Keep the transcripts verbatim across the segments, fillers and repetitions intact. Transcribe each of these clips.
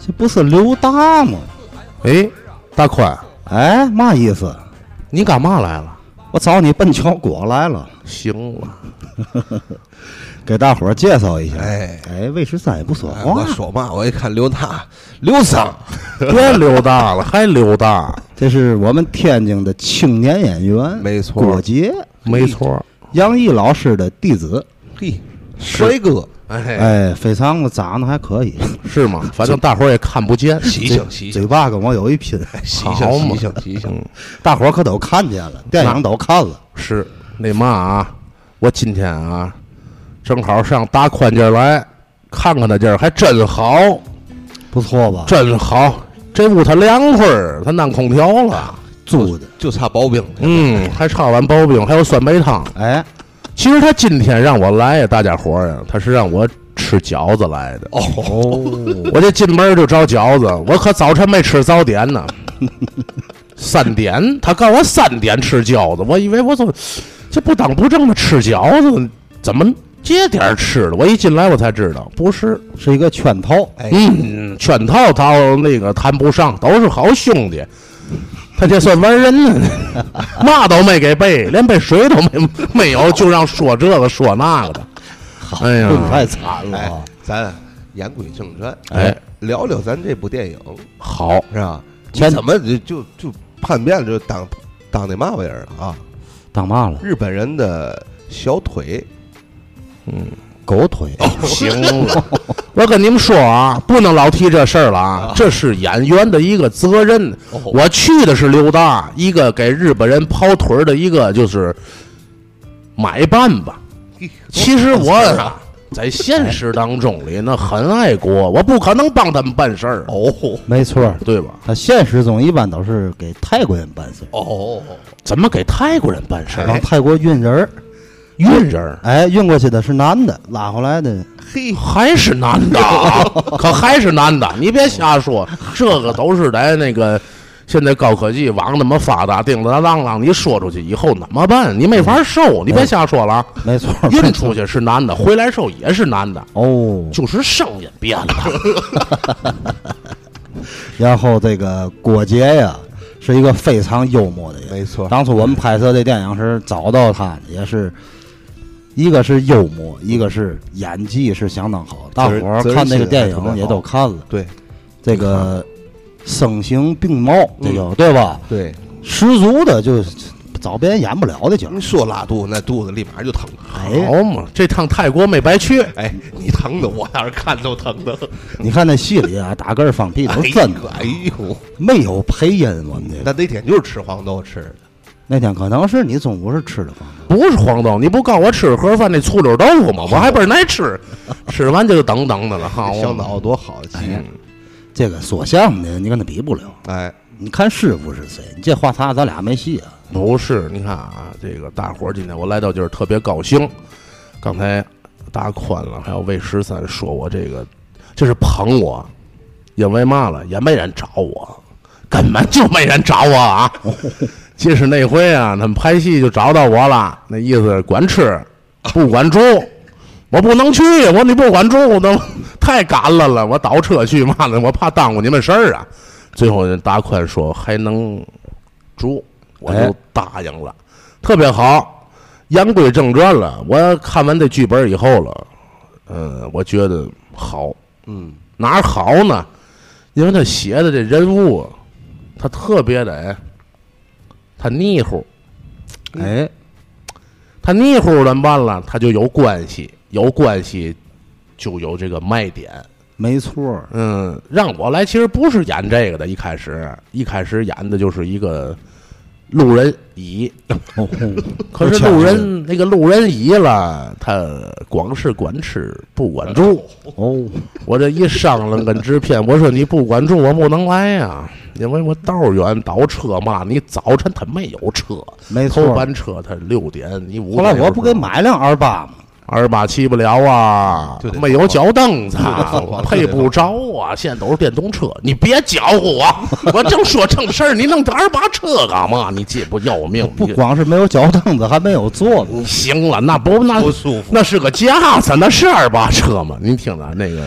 这不是刘大吗？ 哎，大宽， 哎，嘛意思？ 你干嘛来了？ 我找你奔桥果来了。 行了， 给大伙儿介绍一下。 哎哎，魏十三也不说话。 哎、我说嘛，我一看刘大，刘桑， 别溜达了，还溜达。 这是我们天津的青年演员， 没错， 郭杰， 没错， 杨毅老师的弟子。 嘿，帅哥。 哎哎，非常的长得还可以， 是吗？反正大伙儿也看不见， 喜庆喜庆， 嘴巴跟我有一拼， 喜庆喜庆喜庆， 大伙儿可都看见了，电影都看了。 是那嘛啊，我今天啊，正好上大宽这儿来看看他这儿，还真好， 不错吧？ 真好，这屋它凉快儿，它安空调了， 租的就差刨冰， 嗯，还差碗刨冰，还有酸梅汤， 哎。 其实他今天让我来呀，大家伙儿呀，他是让我吃饺子来的。 哦， 我这进门就找饺子，我可早晨没吃早点呢。三点，他告我三点吃饺子，我以为我说这不当不正的吃饺子，怎么这点吃了？我一进来我才知道，不是， 是一个圈套。 哎、 嗯，圈套套那个谈不上，都是好兄弟。他这算玩人呢，嘛都没给备，连杯水都没没有，就让说这个说那个的。哎呀， 太惨了、 哎！咱言归正传， 哎， 聊聊咱这部电影， 好是吧？你怎么就就就叛变了，就当当那嘛玩意儿了啊？ 当嘛了？ 日本人的小腿， 嗯。 狗腿、 哦、行了，我跟你们说啊，不能老提这事儿了啊，这是演员的一个责任。 哦、 我去的是刘大，一个给日本人跑腿的一个就是买办吧。其实我啊，在现实当中里那很爱国，我不可能帮他们办事儿。 哦， 没错， 对吧？ 他现实中一般都是给泰国人办事。 哦， 怎么给泰国人办事儿？ 让泰国运人儿。 运人， 哎，运过去的是男的，拉回来的， 嘿，还是男的啊，可还是男的，你别瞎说，这个都是在那个现在高科技网那么发达，叮当当当，你说出去以后怎么办？你没法收，你别瞎说了。 没错， 运出去是男的，回来时候也是男的， 哦， 就是声音变了。 然后这个郭杰呀，是一个非常幽默的人， 没错。 当初我们拍摄这电影时找到他，也是。一个是幽默，一个是演技是相当好，大伙儿看那个电影也都看了。 对， 这个声形并茂，这个、嗯、对吧？ 对， 十足的就找别人演不了的劲儿。 你说拉肚子，那肚子立马就疼。 哎， 好嘛，这趟泰国没白去。 哎，你疼的我要是看都疼的。 你看那戏里啊，打嗝放屁都是真的。 哎呦， 没有配音，我们这那那天就是吃黄豆吃的。 那天可能是你中午是吃的黄豆，不是黄豆，你不告我吃盒饭那醋溜豆腐吗？我还倍儿爱吃，吃完就等等的了哈。 小脑多好气、 哎，这个说相声的你跟他比不了。 哎， 你看师傅是谁？你这话茬咱俩没戏啊。 不是，你看啊，这个大伙儿今天我来到这儿特别高兴。刚才大宽了，还有魏十三说我这个这是捧我，因为嘛了，也没人找我，根本就没人找我啊。即使那回啊，他们拍戏就找到我了，那意思管吃不管住，我不能去，我你不管住，我都太赶了了，我倒车去嘛的，我怕耽误你们事儿啊。最后人大宽说还能住，我就答应了，哎、特别好。言归正传了，我看完这剧本以后了，嗯，我觉得好， 嗯， 哪儿好呢？因为他写的这人物，他特别的。他腻乎， 哎， 他腻乎了，完了他就有关系，有关系就有这个卖点， 没错。 嗯，让我来其实不是演这个的，一开始一开始演的就是一个路人乙， 哦、 可是路人那个路人乙了，他光是管吃不管住。 哦， 我这一上了跟制片，我说你不管住我不能来呀、啊。因为我道远倒车嘛，你早晨他没有车， 没错， 头班车他六点，你五。 后来我不给买辆二八吗？ 二八骑不了啊，没有脚蹬子，配不着啊。现在都是电动车，你别搅和我，我正说正事儿，你弄二八车干嘛？你这不要命？ 不光是没有脚蹬子，还没有座子。 你行了，那不那不舒服， 那是个架子，那是二八车吗？你听着那个。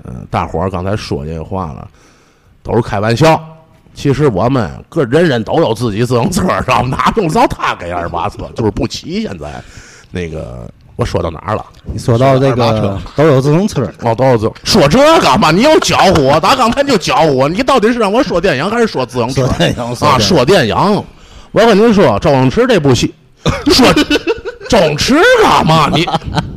大伙儿刚才说这个话了，都是开玩笑。其实我们个人人都有自己自行车，知道吗？哪用着他给二八车，就是不骑。现在那个我说到哪儿了？ 你说到这个都有自行车， 哦，都有自说这干嘛？你又搅和我，打刚才就搅和我，你到底是让我说电影还是说自行车？ 说电影啊，说电影。我跟您说，周星驰这部戏，说周星驰干嘛？你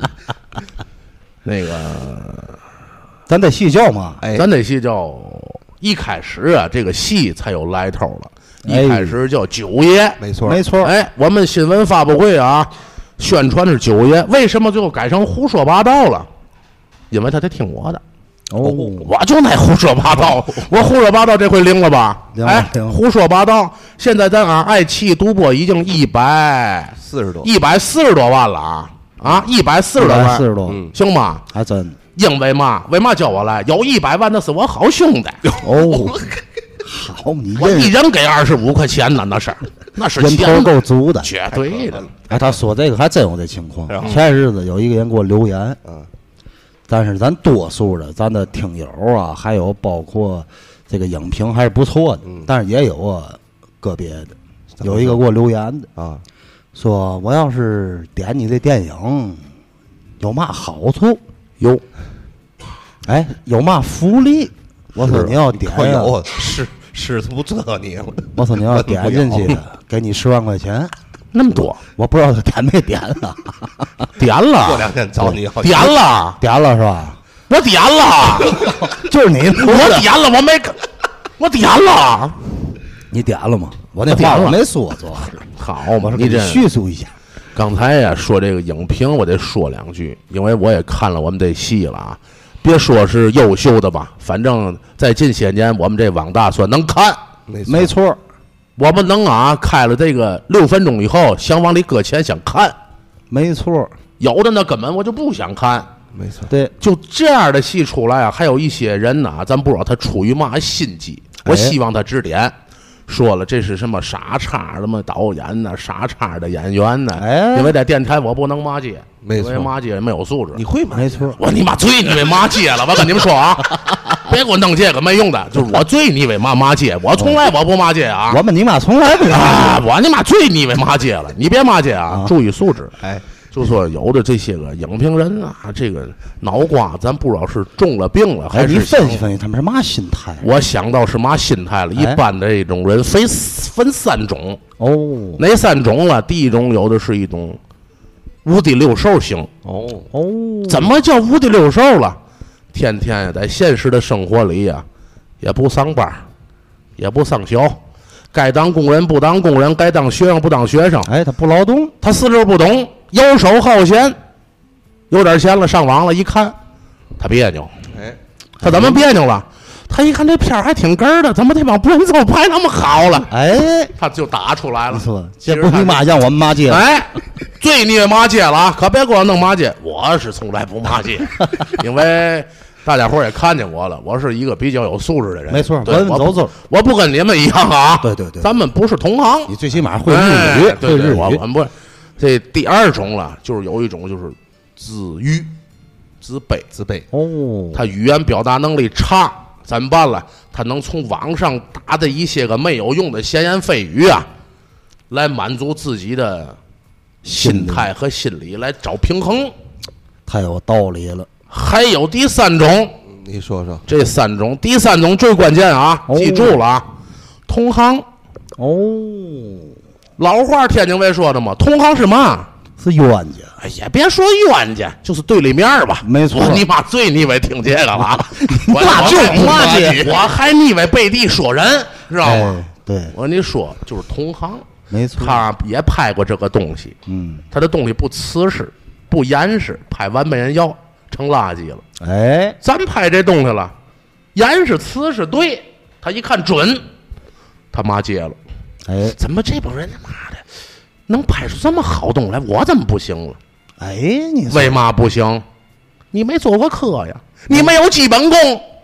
那个， 咱得细叫嘛， 哎，咱得细叫。一开始啊，这个戏才有来头了。一开始叫九爷， 没错， 没错。 哎，我们新闻发布会啊，宣传是九爷，为什么最后改成胡说八道了？因为他得听我的。 哦， 我就那胡说八道，我胡说八道这回灵了吧？ 灵了， 哎，胡说八道。现在咱啊，爱奇艺独播已经一百四十多， 一百四十多万了啊啊，一百四十多万， 四十多， 嗯，行吗？ 还真。 因为嘛？为嘛叫我来？有一百万那是我好兄弟。 哦，好，你我一人给二十五块钱呢，那是那是人头够足的， 绝对的。 哎，他说这个还真有这情况。前日子有一个人给我留言， 嗯， 但是咱多数的咱的听友啊，还有包括这个影评还是不错的， 嗯、 但是也有啊个别的，有一个给我留言的啊， 说我要是点你这电影有嘛好处？ 有， 哎，有嘛福利？我说你要点、啊， 有是是不这你？ 我说你要点进去，给你十万块钱， 那么多， 我不知道他点没点啊？ 点了， 过两天找你， 点了， 点了是吧？ 我点了， 就是你， 我点了，我没，我点了， 你点了吗？我那话我没说，主要是好嘛， 你这叙述一下。 刚才呀说这个影评，我得说两句，因为我也看了我们这戏了啊。别说是优秀的吧，反正在近些年我们这网大算能看， 没错， 我们能啊开了这个六分钟以后想往里搁钱想看， 没错。 有的呢根本我就不想看， 没错。 对， 就这样的戏出来啊，还有一些人呢，咱不知道他出于嘛心机，我希望他指点。说了，这是什么傻叉什么导演呢？傻叉的演员呢？ 哎， 因为在电台我不能骂街， 没错， 骂街没有素质。 你会吗？ 没错， 我你妈最你为骂街了，我跟你们说啊，别给我弄这个没用的，就是我最你为骂骂街，我从来我不骂街啊。 我们你妈从来不啊，我你妈最你为骂街了，你别骂街啊， 啊注意素质。 哎。 就说有的这些个影评人啊，这个脑瓜咱不知道是中了病了还是。 你分析分析他们是嘛心态？ 我想到是嘛心态了。一般的这种人分分三种哦， 哪三种了？第一种有的是一种无敌六兽型哦哦， 怎么叫无敌六兽了？天天在现实的生活里呀、啊，也不上班，也不上学。该当工人不当工人，该当学生不当学生。 哎，他不劳动， 他四六不懂，游手好闲，有点钱了上网了，一看他别扭。 哎， 他怎么别扭了？他一看这片儿还挺哏儿的，怎么这帮不认奏拍那么好了？ 哎， 他就打出来了。 你说这不比骂让我们骂街？ 哎，最虐骂街了，可别给我弄骂街。我是从来不骂街，因为。大家伙也看见我了，我是一个比较有素质的人。 没错， 文文走走， 我不跟你们一样啊。 对对对， 咱们不是同行。 你最起码会日语， 哎、对会日语。 我我们不，这第二种了，就是有一种就是自愈、自卑、 自卑。 哦， 他语言表达能力差，怎么办了？他能从网上打的一些个没有用的闲言蜚语啊，来满足自己的心态和心理，来找平衡。 太有道理了。 还有第三种， 你说说这三种，第三种最关键啊， 哦、 记住了啊，同行哦， 老话天津卫说的嘛，同行是嘛？ 是冤家。 哎呀，别说冤家，就是对立面吧。 没错， 我你妈最腻歪听这个了，我那就骂街， 我还腻歪背地说人，知道吗？ 哎、对， 我跟你说，就是同行， 没错， 他也拍过这个东西， 嗯， 他的东西不瓷实，不严实，拍完没人要。成垃圾了， 哎， 咱拍这东西了，严实瓷实，对他一看准，他骂街了， 哎， 怎么这帮人他妈的能拍出这么好东西来，我怎么不行了？ 哎，你为嘛不行？你没做过课呀，你没有基本功，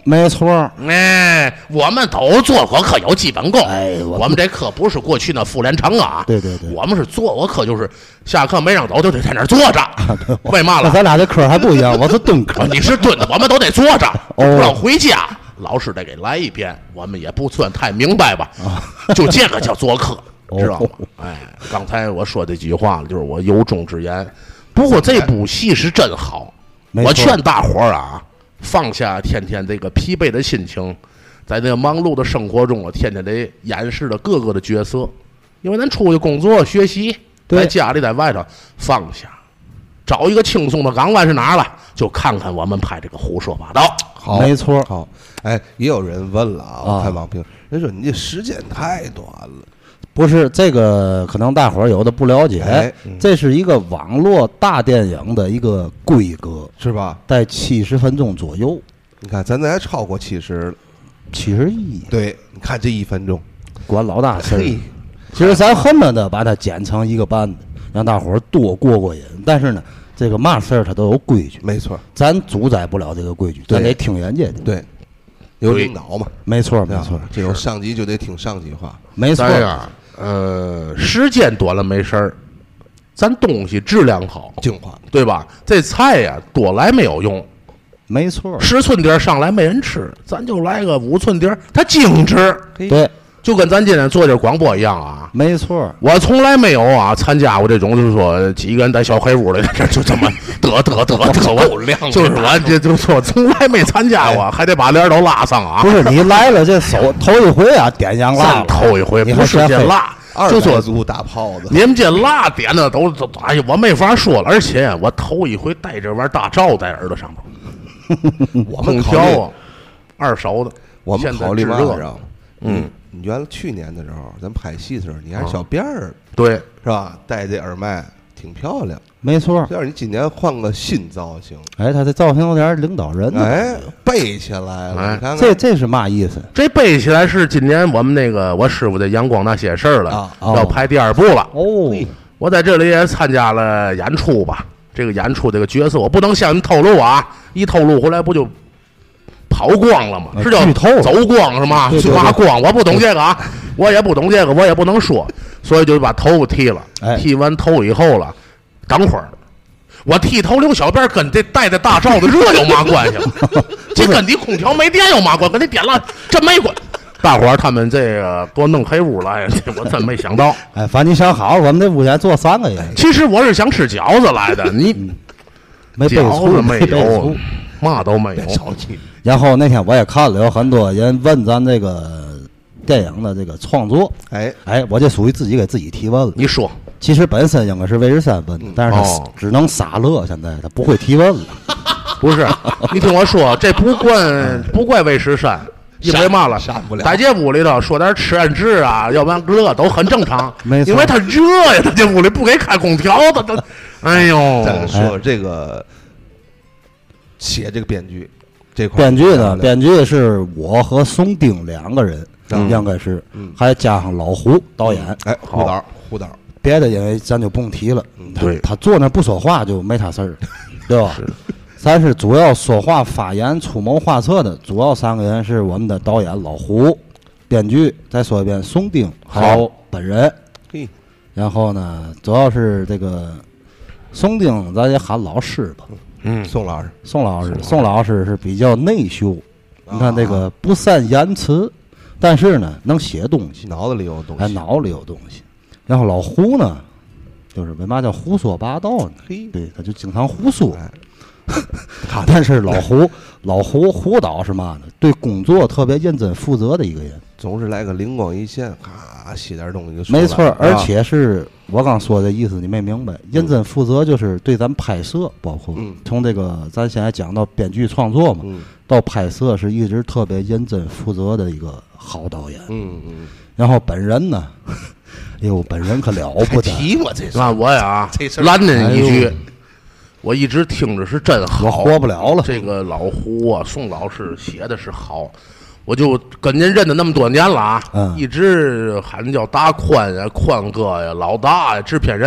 没错。 哎，我们都做过课，有基本功。 哎， 我们这课不是过去那妇联城啊， 对对对， 我们是做过课，就是下课没让走，就得在那儿坐着。为嘛了？ 咱俩这科还不一样，我是蹲科， 你是蹲的，我们都得坐着，不让回家。老师得给来一遍，我们也不算太明白吧，就这个叫做课。知道吗？哎，刚才我说这句话了，就是我由衷之言。不过这部戏是真好，我劝大伙儿啊，放下天天这个疲惫的心情，在这个忙碌的生活中啊，天天得掩饰着各个的角色，因为咱出去工作学习，在家里在外头放下，找一个轻松的港湾是哪儿了？就看看我们拍这个胡说八道。 好， 没错。 好，哎，也有人问了啊，我看网评，人说你这时间太短了。 不是这个，可能大伙儿有的不了解、 哎嗯， 这是一个网络大电影的一个规格， 是吧？ 在七十分钟左右。 你看，咱这还超过七十， 七十一。 对，你看这一分钟， 管老大事儿。其实咱恨不得把它剪成一个半的，让大伙儿多过过瘾。但是呢，这个嘛事儿它都有规矩， 没错， 咱主宰不了这个规矩，咱得听人家的。 对。有领导嘛？ 没错，没错， 这种上级就得听上级话。 没错呀，呃，时间短了没事儿，咱东西质量好， 精华， 对吧？这菜呀多来没有用， 没错。 十寸碟上来没人吃，咱就来个五寸碟，它精致。 对。 就跟咱今天做这广播一样啊， 没错， 我从来没有啊参加过这种，就是说几个人在小黑屋里，这就这么得得得得，我亮，就是我这就说从来没参加过，还得把帘都拉上啊。 不是你来了这手头一回啊，点上蜡， 头一回不是这蜡， 就说足大炮子， 你们这蜡点的都都，哎呀，我没法说了，而且我头一回戴这玩意大罩在耳朵上头， 我们调啊，二手的， 我们考虑嘛热， 嗯。你原来去年的时候，咱拍戏的时候，你还是小辫儿、 嗯，对， 是吧？戴这耳麦挺漂亮， 没错。 要是你今年换个新造型， 哎，他这造型有点领导人， 哎，背起来了， 哎、 你看看这这是嘛意思？ 这背起来是今年我们那个我师傅在阳光那些事儿了、 啊哦，要拍第二部了。 哦， 我在这里也参加了演出吧，这个演出这个角色我不能向你透露啊，一透露回来不就。跑光了吗？是叫走光是吗？去挖光，我不懂这个啊，我也不懂这个，我也不能说，所以就把头发剃了。 哎、 剃完头以后了，等会儿，我剃头留小辫跟这戴的大罩子热有嘛关系？这跟你空调没电有嘛关系？跟你点了真没关。大伙儿他们这个给我弄黑屋来，这我真没想到。 哎，反正你想好，我们这屋前坐三个人。 其实我是想吃饺子来的，你、嗯、 没饺子没有， 嘛都没有。 然后那天我也看了，有很多人问咱这个电影的这个创作， 哎哎，我就属于自己给自己提问了。 你说， 其实本身应该是魏十三问的，但是他只能撒乐，现在他不会提问了。 不是，你听我说，这不怪不怪魏十三，因为嘛了，在这屋里头说点吃ăn制啊，要不然乐都很正常。 没错， 因为他热呀，他这屋里不给开空调，他他，哎呦， 再说这个写这个编剧。这块编剧呢？编剧是我和宋丁两个人， 嗯、 应该是， 嗯、 还加上老胡导演。 哎，胡导，胡导， 别的因为咱就不用提了。 嗯、 对， 他坐那不说话就没他事儿，对吧？是咱是主要说话、发言、出谋划策的，主要三个人是我们的导演老胡，编剧再说一遍宋丁，还有本人。 嘿， 然后呢，主要是这个宋丁，咱也喊老师吧。 嗯， 宋老师， 宋老师，宋老师是比较内秀，啊、你看这个不善言辞，但是呢能写东西， 脑子里有东西， 哎，脑里有东西。然后老胡呢，就是为嘛叫胡说八道呢？ 嘿， 对，他就经常胡说。 哎但是老胡，老胡胡导是嘛呢？对工作特别认真负责的一个人， 总是来个灵光一现，咔写点东西就出来了。 没错，而且是我刚说的意思，你没明白？认真负责就是对咱拍摄，包括从这个咱现在讲到编剧创作嘛， 嗯、 到拍摄是一直特别认真负责的一个好导演。 嗯嗯。 然后本人呢，哎呦，本人可了不得。 提我这那我呀， 这拦您一句。我一直听着是真好， 我活不了了。 这个老胡啊，宋老师写的是好，我就跟您认得那么多年了啊， 嗯、 一直喊叫大宽呀、宽哥呀、老大呀、制片人，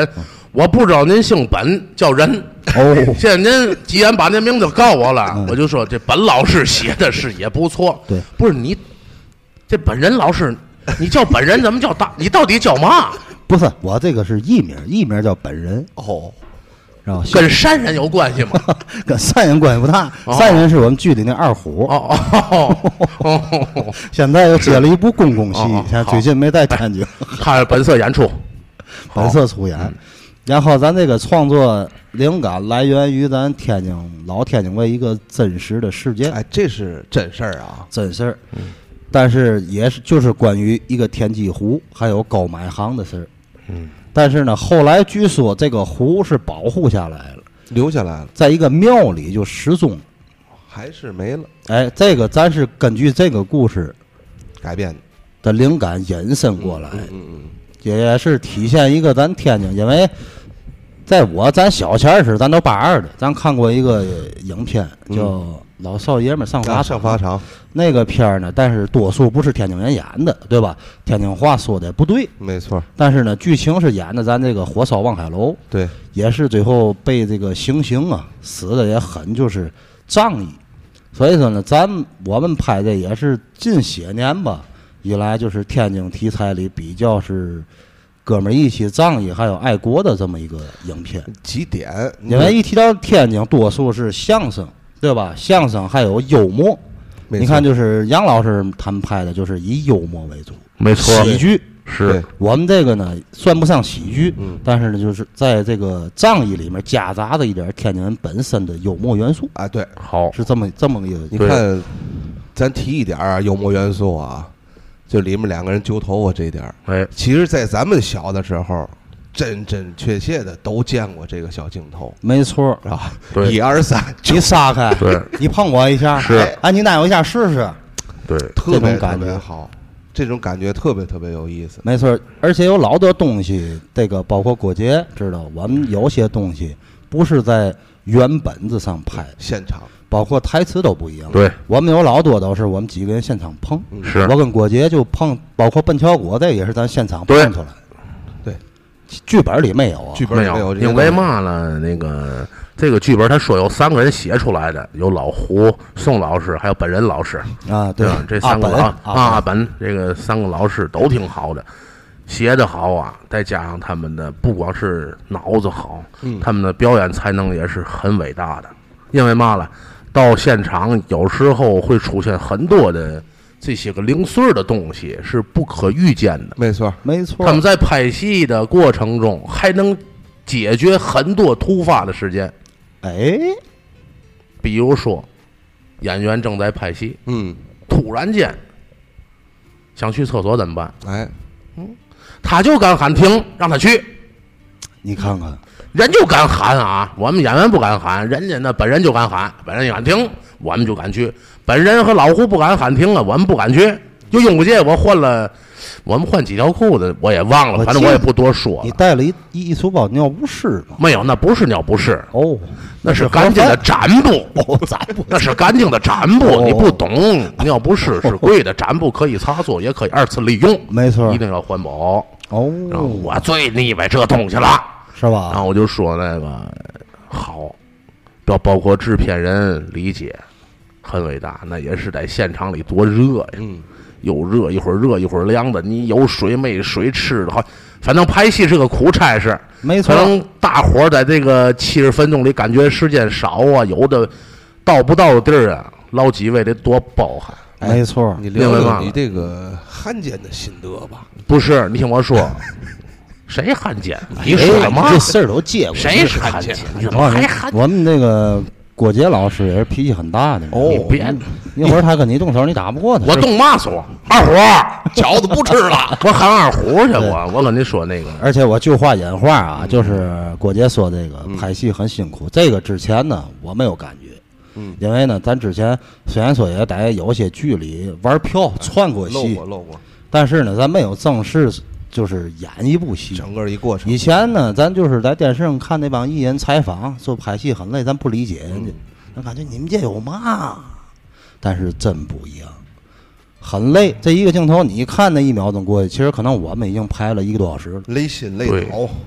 我不知道您姓本叫人哦， 现在您既然把您名字告我了， 嗯我就说这本老师写的是也不错。 对， 不是你这本人老师，你叫本人怎么叫大？你到底叫嘛？ 不是，我这个是艺名，艺名叫本人， 哦， 然后跟山人有关系吗？ 跟善人关系不大， 哦善人是我们剧里那二虎， 哦哦哦哦， 现在又接了一部公共戏， 哦哦现在最近没在天津， 他是本色演出， 本色出演。然后咱这个创作灵感来源于咱天津老天津卫一个真实的事件， 哎，这是真事儿啊， 真事儿。但是也是就是关于一个天机湖还有高买行的事儿。 嗯， 但是呢，后来据说这个湖是保护下来了， 留下来了， 在一个庙里就失踪了。 还是没了， 哎，这个咱是根据这个故事改变的， 的灵感引申过来， 嗯嗯嗯， 也是体现一个咱天津，因为在我咱小前儿时，咱都八二的，咱看过一个影片叫《老少爷们上法啊场》， 上法场， 那个片儿呢，但是多数不是天津人演的，对吧？天津话说的也不对， 没错， 但是呢，剧情是演的咱这个火烧望海楼， 对， 也是最后被这个行刑啊，死的也很就是仗义。所以说呢，咱我们拍的也是近些年吧以来，就是天津题材里比较是哥们儿义气、仗义还有爱国的这么一个影片。 几点？ 因为一提到天津，多数是相声，对吧？相声还有幽默。 没错你看，就是杨老师他们拍的，就是以幽默为主， 没错， 喜剧。 是对我们这个呢，算不上喜剧， 嗯但是呢，就是在这个仗义里面夹杂着一点天津人本身的幽默元素， 啊，对， 好， 是这么这么一个。 对你看，咱提一点儿啊，幽默元素啊，就里面两个人揪头发这一点儿， 哎， 其实，在咱们小的时候，真真切切的都见过这个小镜头， 没错， 是吧？ 对一二三， 你撒开， 对， 你碰我一下， 是哎，你奶我一下试试， 对， 特别特这种感觉别好，这种感觉特别特别有意思。 没错，而且有老多东西，这个包括郭杰知道，我们有些东西不是在原本子上拍， 现场包括台词都不一样。 对， 我们有老多都是我们几个人现场碰， 嗯是我跟郭杰就碰，包括笨乔果这也是咱现场碰对出来的。 对， 剧本里没有啊。 剧本没里没有这些因为嘛呢？那个这个剧本他说有三个人写出来的，有老胡、宋老师，还有本人老师。 啊，对吧？这三个阿老本啊阿本这个三个老师都挺好的，写的好啊，再加上他们的不光是脑子好， 嗯他们的表演才能也是很伟大的。因为嘛了，到现场有时候会出现很多的这些个零碎的东西是不可预见的。 没错， 没错。 他们在拍戏的过程中还能解决很多突发的事件， 哎， 比如说演员正在拍戏， 嗯， 突然间想去厕所怎么办？ 哎， 他就敢喊停，让他去， 你看看， 人就敢喊啊！我们演员不敢喊，人家那本人就敢喊，本人敢停，我们就敢去。本人和老胡不敢喊停啊，我们不敢去。就雍不界，我换了，我们换几条裤子，我也忘了， 我反正我也不多说了。 你带了一一一书包尿不湿吗？ 没有，那不是尿不湿， 哦， 那是干净的毡布， 哦，咱不那是干净的毡布， 哦你不懂。尿不湿是贵的，毡布可以擦做，也可以二次利用， 没错一。定要环保。 哦， 然后我最腻歪这东西了。 是吧？ 然后我就说那个好，包包括制片人理解很伟大，那也是在现场里多热呀， 嗯， 又热一会儿热一会儿凉的，你有水没水吃的，好，反正拍戏是个苦差事。 没错可，能大伙儿在这个七十分钟里感觉时间少啊，有的到不到的地儿啊，老几位得多包涵。 没错。 你聊明白吗聊你这个汉奸的心得吧。 不是，你听我说，谁汉奸？你哎说什么？ 这事儿都接过。 谁是汉奸？你怎么我还汉奸？ 我们那个郭杰老师也是脾气很大的。 哦你别， 一会儿他跟你动手，你打不过他。 我动嘛手？二虎，饺子不吃了，我喊二虎去。我我跟你说那个， 而且我就话引话啊，就是郭杰说这个嗯拍戏很辛苦。这个之前呢，我没有感觉。 嗯， 因为呢，咱之前虽然说也在有些剧里玩票窜过戏漏过，漏过， 但是呢，咱没有正式就是演一部戏。 整个一过程以。前呢，咱就是在电视上看那帮艺人采访，说拍戏很累，咱不理解人家，咱感觉你们这有嘛？但是真不一样，很累。这一个镜头，你看那一秒钟过去，其实可能我们已经拍了一个多小时了。 累心累对脑，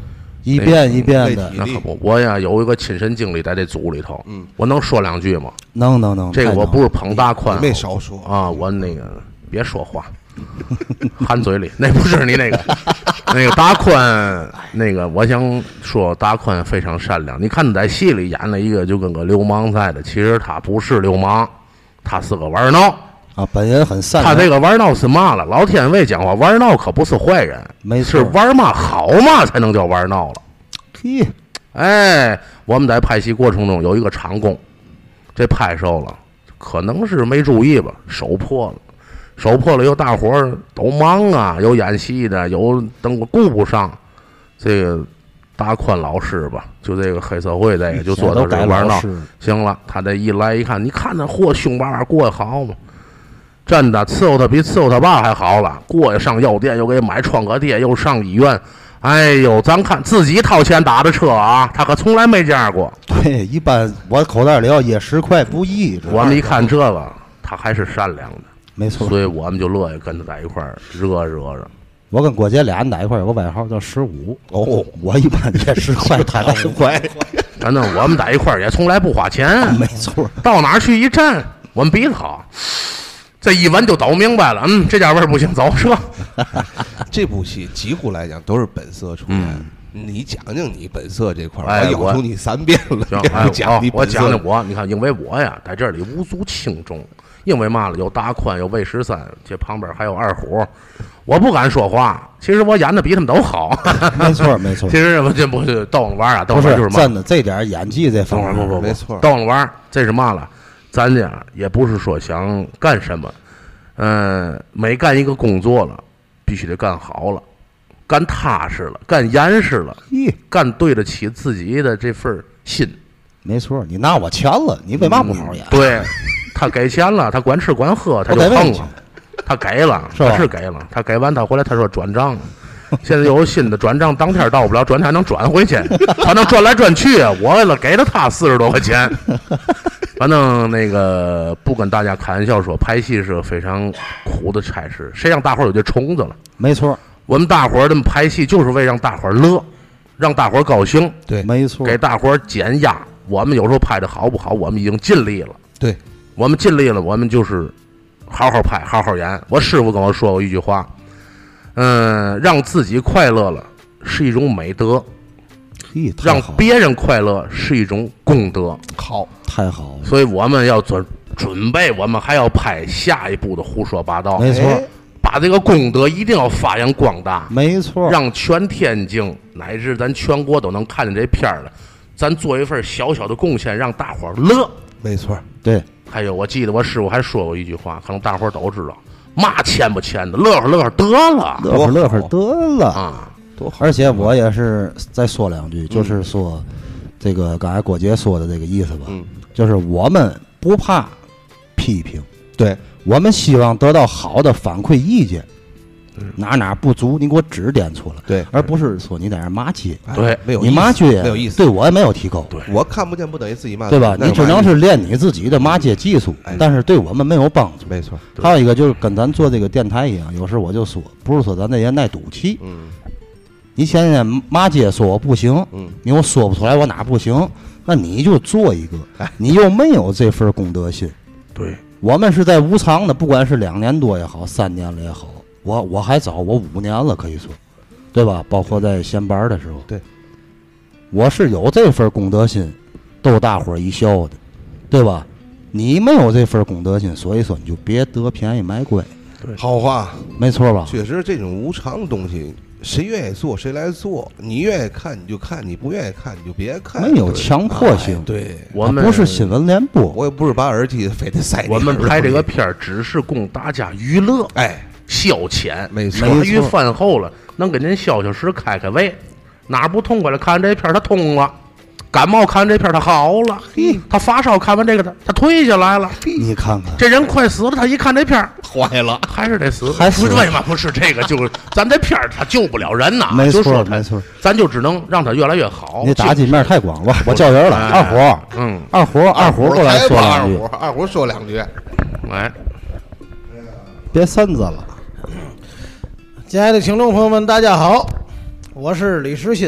一遍一遍的。 那可不，我呀有一个亲身经历在这组里头， 嗯， 我能说两句吗？ 能能能， 这个我不是捧大宽， 没少说啊，我那个别说话，含嘴里，那不是你那个那个大宽，那个我想说大宽非常善良。你看他在戏里演了一个就跟个流氓似的，其实他不是流氓，他是个玩闹。 啊，本人很善良。 他这个玩闹是嘛了？老天卫讲话，玩闹可不是坏人， 没错，是玩嘛好嘛才能叫玩闹了。 嘿， 哎，我们在拍戏过程中有一个场工，这拍手了，可能是没注意吧，手破了，手破了，有大伙儿都忙啊，有演戏的，有等我顾不上。这个大宽老师吧，就这个黑社会这个就做到这玩闹，行了，他这一来一看，你看那货凶巴巴过得好吗？真的伺候他比伺候他爸还好了，过去上药店又给买创可贴，又上医院。哎呦，咱看自己掏钱打的车啊，他可从来没这样过。 对，一般我口袋里要掖十块不易。 我们一看这个，他还是善良的， 没错， 所以我们就乐意跟他在一块儿热热着。 我跟郭杰俩人在一块儿有个外号叫十五哦， 我一般掖十块，他来块。 反正我们在一块儿也从来不花钱， 啊、没错， 到哪儿去一站，我们鼻子好。这一闻就都明白了，嗯，这家味儿不行，走撤。 这部戏几乎来讲都是本色出演。 嗯、 你讲讲你本色这块儿， 哎、 我要求你三遍了。 行，哎， 讲你我讲讲我，你看，因为我呀在这里无足轻重，因为嘛了，有大宽，有魏十三，这旁边还有二虎，我不敢说话。其实我演的比他们都好。 没错，没错。 其实我这不是逗着玩啊，逗着玩就是嘛。 真的，这点演技这方面， 不不不， 没错， 逗着玩，这是嘛了。咱家也不是说想干什么，嗯、呃，每干一个工作了，必须得干好了，干踏实了，干严实了，干对得起自己的这份心。 没错，你拿我钱了，你为嘛不好好演？ 嗯、对，他给钱了，他管吃管喝，他就横了。他给了， 是他是给了，他给完他回来他说转账。现在有新的转账，当天到不了，转天还能转回去，他能转来转去。我为了给了他四十多块钱，反正那个不跟大家开玩笑说，拍戏是个非常苦的差事。谁让大伙儿有这虫子了？ 没错， 我们大伙儿这么拍戏就是为让大伙儿乐，让大伙儿高兴。 对， 没错， 给大伙儿减压。我们有时候拍的好不好，我们已经尽力了。 对， 我们尽力了，我们就是好好拍，好好演。我师傅跟我说过一句话。嗯，让自己快乐了是一种美德，让别人快乐是一种功德。 好， 太好了。 所以我们要准准备，我们还要拍下一部的胡说八道。 没错， 把这个功德一定要发扬光大。 没错， 让全天津乃至咱全国都能看见这片儿了。咱做一份小小的贡献，让大伙儿乐。 没错， 对。 还有，我记得我师傅还说过一句话，可能大伙儿都知道。嘛钱不钱的，乐呵乐呵得了， 乐呵乐呵得了啊！ 多好！ 而且我也是再说两句，就是说，这个刚才郭杰说的这个意思吧， 嗯， 就是我们不怕批评， 对， 我们希望得到好的反馈意见，哪哪不足你给我指点出来， 对， 而不是说你在那骂街， 对， 没有你骂街没有意思， 对我也没有提高， 对， 我看不见不等于自己骂， 对吧？你只能是练你自己的骂街技术，但是对我们没有帮助。 没错。 还有一个就是跟咱做这个电台一样，有时我就说，不是说咱这人耐赌气， 嗯， 你现在骂街说我不行， 嗯， 你又说不出来我哪不行，那你就做一个，你又没有这份公德心。 对， 我们是在无偿的，不管是两年多也好，三年了也好。我我还早，我五年了，可以说，对吧？包括在闲班的时候， 对， 我是有这份公德心，逗大伙儿一笑的，对吧？你没有这份公德心，所以说你就别得便宜买乖。 好话， 没错吧？ 确实，这种无偿的东西，谁愿意做谁来做，你愿意看你就看，你不愿意看你就别看， 没有强迫性。 哎、对， 我们不是新闻联播， 我也不是把耳机非得塞。 我们拍这个片儿只是供大家娱乐， 哎。 消遣， 没错， 茶余饭后了，能给您消消食、开开胃。哪不痛快了，看这片他通了；感冒看这片他好了；他发烧看完这个他他退下来了。 你看看， 这人快死了，他一看这片坏了， 还是得死。 还是为什么不是这个？就是咱这片他救不了人呐。 没错，没错， 咱就只能让他越来越好。 你打击面太广了，我叫人了，二虎， 嗯， 二虎，二虎过来说两句， 二虎说两句， 哎， 别身子了。 亲爱的听众朋友们，大家好，我是李时新。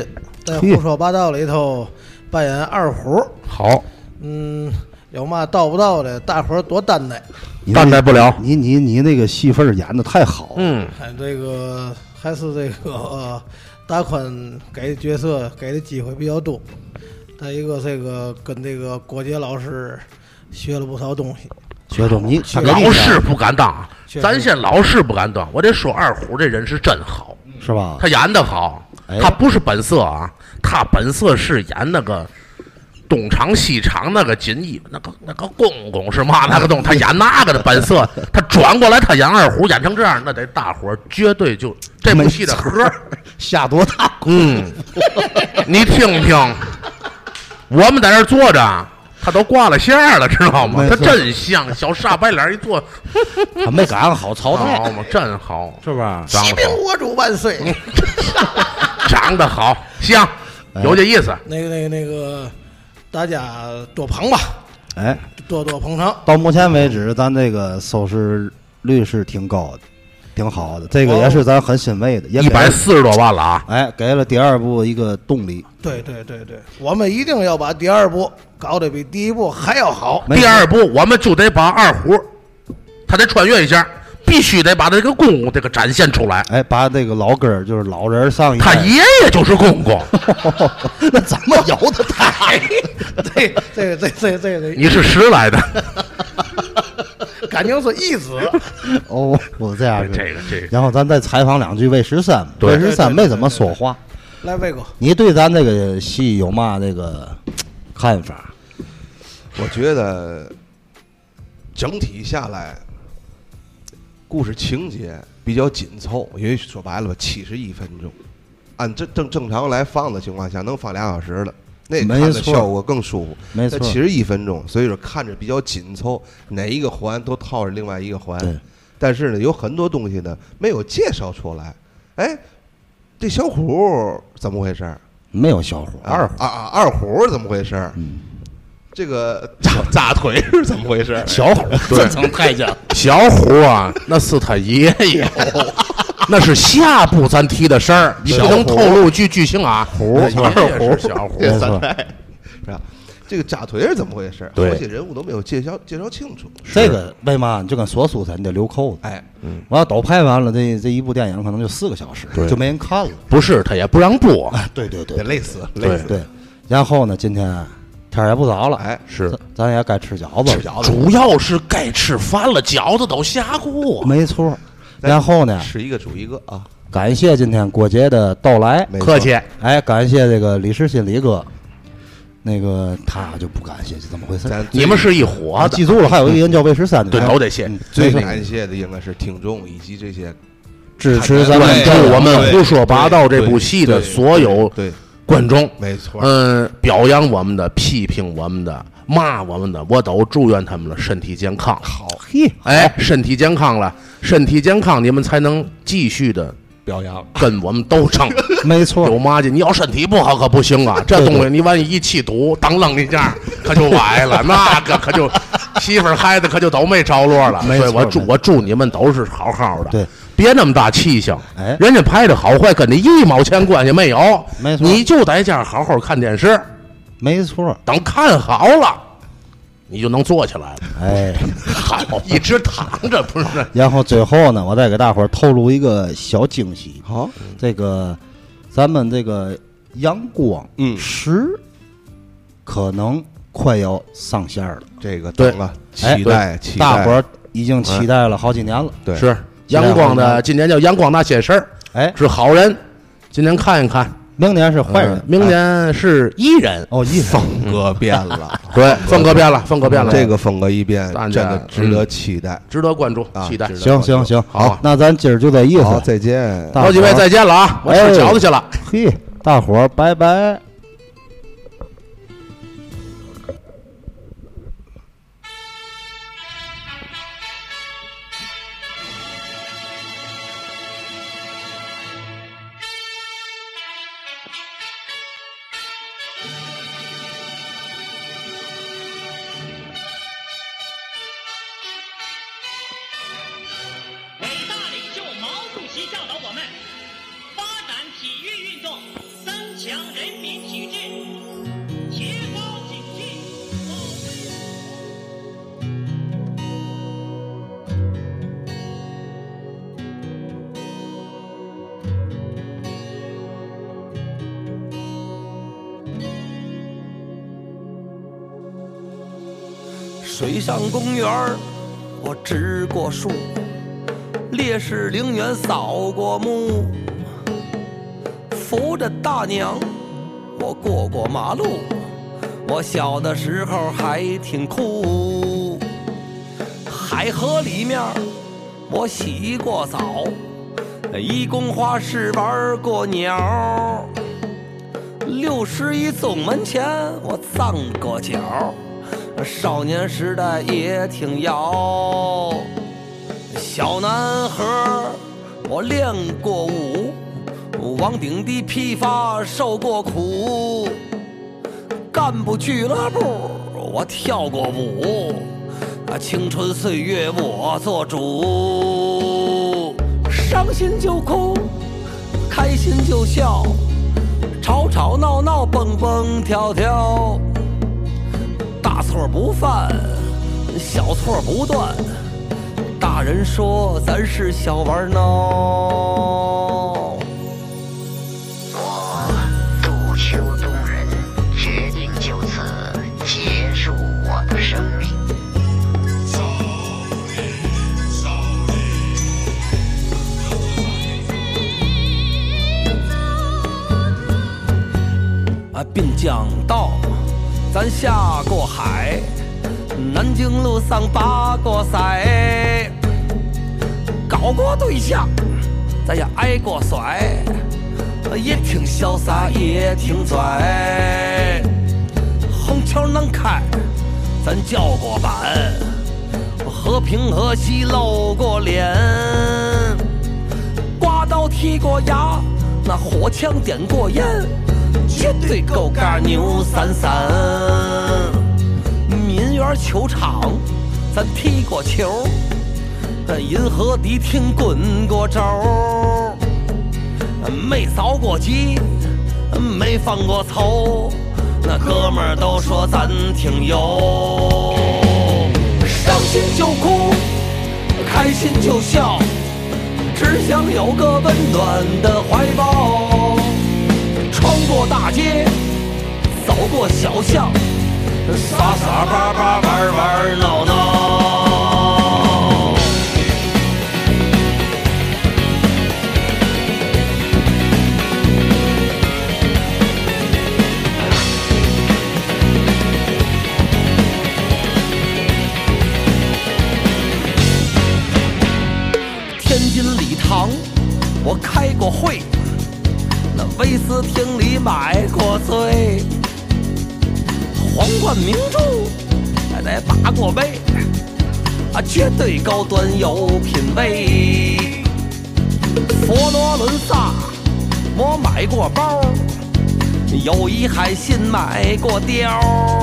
在胡说八道里头扮演二虎。 好， 嗯，有嘛到不到的，大伙儿多担待。 担待不了。 你你你那个戏份演的太好了。 嗯， 还这个还是这个、呃、大宽给的角色给的机会比较多。再一个，这个跟这个郭杰老师学了不少东西。 学东西， 老师不敢当，咱先老师不敢当。我得说二虎这人是真好， 是吧？ 他演的好，他不是本色啊，他本色是演那个东厂西厂那个锦衣那个那个公公是嘛那个东，他演那个的本色，他转过来他演二虎演成这样，那得大伙儿绝对就这部戏的核下多大功嗯，你听听，我们在这坐着。他都挂了线了，知道吗？他真像小煞白脸一坐， 他没赶上好朝代吗？真好， 是吧？ 启禀我主万岁！ 长得好，行，有这意思。 那个、那个、那个，大家多捧吧， 哎， 多多捧场。 到目前为止，咱这个收视率是挺高的，挺好的。这个也是咱很欣慰的， 一百四十多万了啊！ 哎，给了第二部一个动力。 对对对对，我们一定要把第二部搞得比第一部还要好。 第二部我们就得把二虎，他得穿越一下，必须得把这个公公这个展现出来。 哎，把这个老根儿就是老人上一代， 他爷爷就是公公， 那怎么有的太？ 这这这这这这， 你是拾来的， 感情是义子。 哦，我这样子。 这个这个， 然后咱再采访两句魏十三，魏十三没怎么说话。 来，魏哥， 你对咱这个戏有嘛这个看法？ 我觉得整体下来，故事情节比较紧凑，因为说白了吧，七十一分钟，按正正正常来放的情况下，能放俩小时了，那看的效果更舒服。 没错， 七十一分钟，所以说看着比较紧凑，哪一个环都套着另外一个环。但是呢，有很多东西呢没有介绍出来。哎，这小虎怎么回事？ 没有小虎，二虎啊啊，二虎怎么回事？ 嗯， 这个扎扎腿是怎么回事？ 小虎真成太监， 小虎啊，那是他爷爷，那是下部咱提的事儿，你不能透露剧剧情啊。 虎， 二虎，小虎， 三代是吧？这个扎腿是怎么回事？ 对， 好些人物都没有介绍介绍清楚。 这个为嘛你就跟说书似的，你得留扣子。 哎， 嗯，完了都拍完了，这这一部电影可能就四个小时，就没人看了。 不是，他也不让播。 对对对， 得累死， 累死。 对，然后呢，今天天也不早了， 哎， 是， 咱也该吃饺子了。 吃饺子， 主要是该吃饭了，饺子都下锅。 没错。然后呢， 吃一个煮一个啊！ 感谢今天郭杰的到来， 客气。 哎，感谢这个李世新李哥。那个他就不感谢，是怎么回事？ 你们是一伙的， 记住了，还有一个人叫魏十三， 对，都得谢。 最感谢的应该是听众以及这些支持咱们关注我们胡说八道这部戏的所有观众。 没错， 嗯，表扬我们的、批评我们的、骂我们的，我都祝愿他们了身体健康。 好， 嘿， 哎，身体健康了，身体健康，你们才能继续的表扬， 跟我们斗争。 没错， 有嘛劲？你要身体不好可不行啊！这东西你万一一气堵，当扔一下，可就歪了，那个可就媳妇儿孩子可就都没着落了。所以我祝我祝你们都是好好的， 对， 别那么大气性。 哎， 人家拍的好坏跟你一毛钱关系没有， 没错， 你就在家好好看电视， 没错。 等看好了，你就能坐起来了。 哎， 好，一直躺着不是。 然后最后呢，我再给大伙儿透露一个小惊喜。 好， 这个咱们这个阳光嗯十可能快要上线了。 这个等了，期待，期待， 大伙儿已经期待了好几年了。 对， 是阳光的，今年叫阳光那些事儿， 哎， 是好人。今年看一看。 明年是坏人， 明年是艺人。 哦，艺人风格变了， 对，风格变了，风格变了。 这个风格一变，真的值得期待， 值得关注，期待。 行行行， 好， 那咱今儿就这意思。 再见， 好几位再见了啊！我吃饺子去了。 嘿，大伙儿拜拜。 教导我们发展体育运动，增强人水上公园我植过树，烈士陵园扫过墓，扶着大娘我过过马路，我小的时候还挺酷。海河里面我洗过澡，一宫花市玩过鸟，六十一总门前我藏过脚，少年时代也挺摇。小男孩我练过武，王顶的批发受过苦，干部俱乐部我跳过舞，青春岁月我做主。伤心就哭，开心就笑，吵吵闹闹蹦蹦跳跳，大错不犯，小错不断，大人说咱是小玩闹。 我足球动人，决定就此结束我的生命。 啊，滨江道咱下过海，南京路上拔过赛，搞过对象咱也挨过甩，也挺潇洒也挺拽。虹桥南开咱叫过板，和平河西露过脸，刮刀剔过牙，那火枪点过烟，绝对够嘎牛三三。民园球场咱踢过球，银河迪厅滚过招，没着过急，没犯过愁，那哥们儿都说咱挺油。伤心就哭，开心就笑，只想有个温暖的怀抱。穿过大街，走过小巷，傻傻巴巴玩玩闹闹。天津礼堂我开过会，那威斯汀里买过醉，皇冠明珠还得把过杯，啊，绝对高端有品味。佛罗伦萨我买过包，友谊海信买过貂，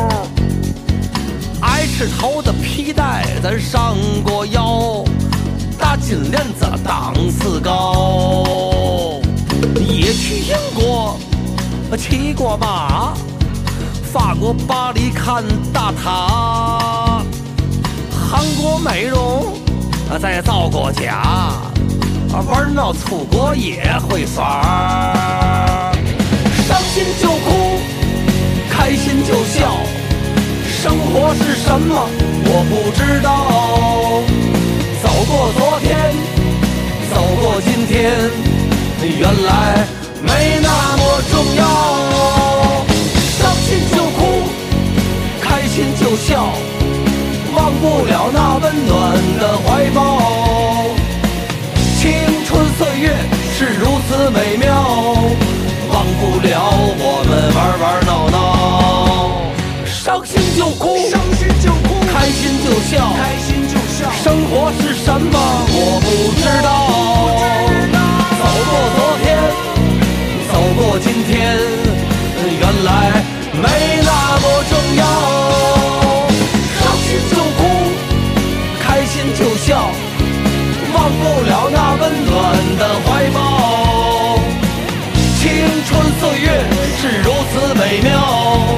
爱吃头的皮带咱上过腰，大金链子档次高。也去英国骑过马，法国巴黎看大塔，韩国美容再造过假，玩闹出国也会耍。伤心就哭，开心就笑，生活是什么我不知道。走过昨天，走过今天，原来没那么重要。伤心就哭，开心就笑，忘不了那温暖的怀抱。青春岁月是如此美妙，忘不了我们玩玩闹闹。伤心就哭，伤心就哭，开心就笑，开心就笑。生活是什么我不知道。走过昨天，走过今天，原来没那么重要。伤心就哭，开心就笑，忘不了那温暖的怀抱。青春岁月是如此美妙，